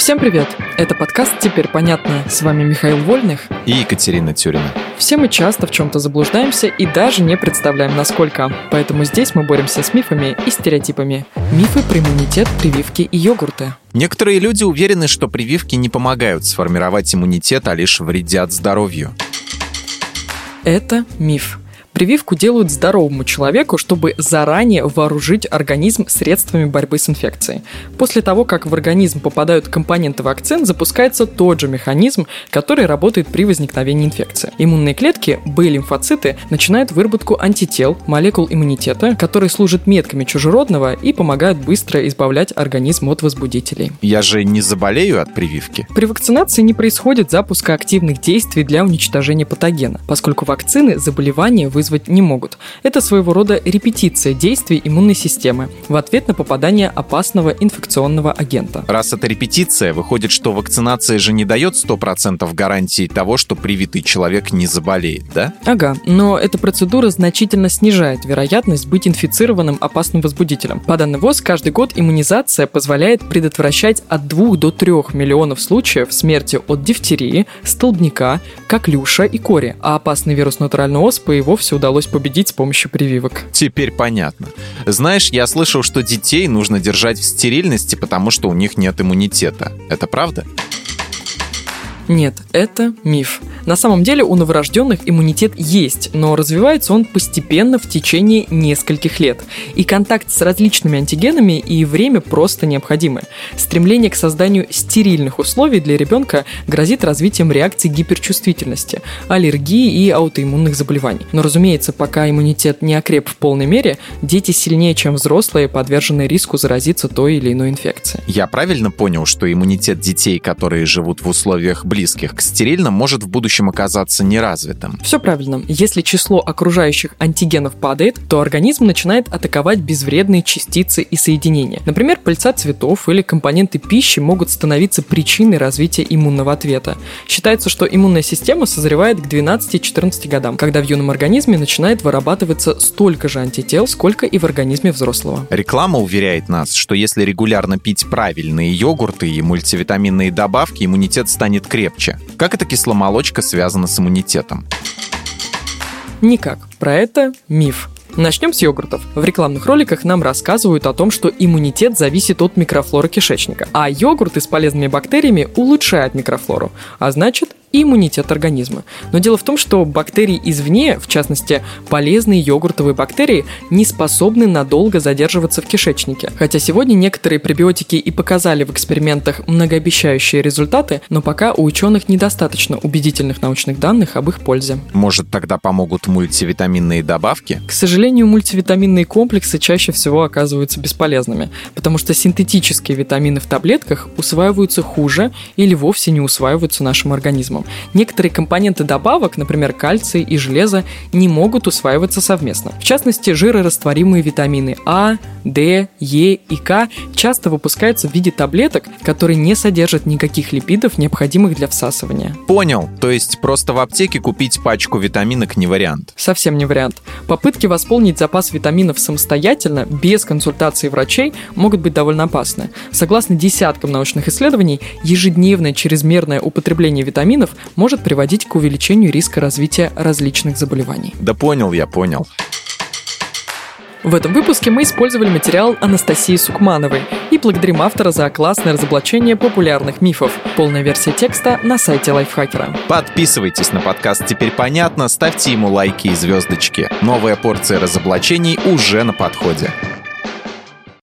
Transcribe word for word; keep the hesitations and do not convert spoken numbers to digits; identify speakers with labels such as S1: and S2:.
S1: Всем привет! Это подкаст «Теперь понятно». С вами Михаил Вольных
S2: и Екатерина Тюрина.
S1: Все мы часто в чем-то заблуждаемся и даже не представляем, насколько. Поэтому здесь мы боремся с мифами и стереотипами. Мифы про иммунитет, прививки и йогурты.
S2: Некоторые люди уверены, что прививки не помогают сформировать иммунитет, а лишь вредят здоровью.
S1: Это миф. Прививку делают здоровому человеку, чтобы заранее вооружить организм средствами борьбы с инфекцией. После того, как в организм попадают компоненты вакцин, запускается тот же механизм, который работает при возникновении инфекции. Иммунные клетки, Б-лимфоциты, начинают выработку антител, молекул иммунитета, которые служат метками чужеродного и помогают быстро избавлять организм от возбудителей.
S2: Я же не заболею от прививки?
S1: При вакцинации не происходит запуска активных действий для уничтожения патогена, поскольку вакцины заболевания вызывают не могут. Это своего рода репетиция действий иммунной системы в ответ на попадание опасного инфекционного агента.
S2: Раз это репетиция, выходит, что вакцинация же не дает сто процентов гарантии того, что привитый человек не заболеет, да?
S1: Ага, но эта процедура значительно снижает вероятность быть инфицированным опасным возбудителем. По данным ВОЗ, каждый год иммунизация позволяет предотвращать от двух до трёх миллионов случаев смерти от дифтерии, столбняка, коклюша и кори, а опасный вирус натуральной оспы и вовсе удалось победить с помощью прививок.
S2: Теперь понятно. Знаешь, я слышал, что детей нужно держать в стерильности, потому что у них нет иммунитета. Это правда?
S1: Нет, это миф. На самом деле у новорожденных иммунитет есть, но развивается он постепенно в течение нескольких лет. И контакт с различными антигенами и время просто необходимы. Стремление к созданию стерильных условий для ребенка грозит развитием реакций гиперчувствительности, аллергии и аутоиммунных заболеваний. Но, разумеется, пока иммунитет не окреп в полной мере, дети сильнее, чем взрослые, подвержены риску заразиться той или иной инфекцией.
S2: Я правильно понял, что иммунитет детей, которые живут в условиях близких к стерильным, может в будущем оказаться неразвитым?
S1: Все правильно. Если число окружающих антигенов падает, то организм начинает атаковать безвредные частицы и соединения. Например, пыльца цветов или компоненты пищи могут становиться причиной развития иммунного ответа. Считается, что иммунная система созревает к двенадцати-четырнадцати годам, когда в юном организме начинает вырабатываться столько же антител, сколько и в организме взрослого.
S2: Реклама уверяет нас, что если регулярно пить правильные йогурты и мультивитаминные добавки, иммунитет станет крепче. Как эта кисломолочка связана с иммунитетом?
S1: Никак. Про это миф. Начнем с йогуртов. В рекламных роликах нам рассказывают о том, что иммунитет зависит от микрофлоры кишечника, а йогурты с полезными бактериями улучшают микрофлору, а значит и иммунитет организма. Но дело в том, что бактерии извне, в частности, полезные йогуртовые бактерии, не способны надолго задерживаться в кишечнике. Хотя сегодня некоторые пребиотики и показали в экспериментах многообещающие результаты, но пока у ученых недостаточно убедительных научных данных об их пользе.
S2: Может, тогда помогут мультивитаминные добавки?
S1: К сожалению, мультивитаминные комплексы чаще всего оказываются бесполезными, потому что синтетические витамины в таблетках усваиваются хуже или вовсе не усваиваются нашим организмом. Некоторые компоненты добавок, например, кальций и железо, не могут усваиваться совместно. В частности, жирорастворимые витамины А, Д, Е и К часто выпускаются в виде таблеток, которые не содержат никаких липидов, необходимых для всасывания.
S2: Понял. То есть просто в аптеке купить пачку витаминок не вариант?
S1: Совсем не вариант. Попытки восполнить запас витаминов самостоятельно, без консультации врачей, могут быть довольно опасны. Согласно десяткам научных исследований, ежедневное чрезмерное употребление витаминов может приводить к увеличению риска развития различных заболеваний.
S2: Да понял я, понял.
S1: В этом выпуске мы использовали материал Анастасии Сукмановой и благодарим автора за классное разоблачение популярных мифов. Полная версия текста на сайте Лайфхакера.
S2: Подписывайтесь на подкаст «Теперь понятно», ставьте ему лайки и звездочки. Новая порция разоблачений уже на подходе.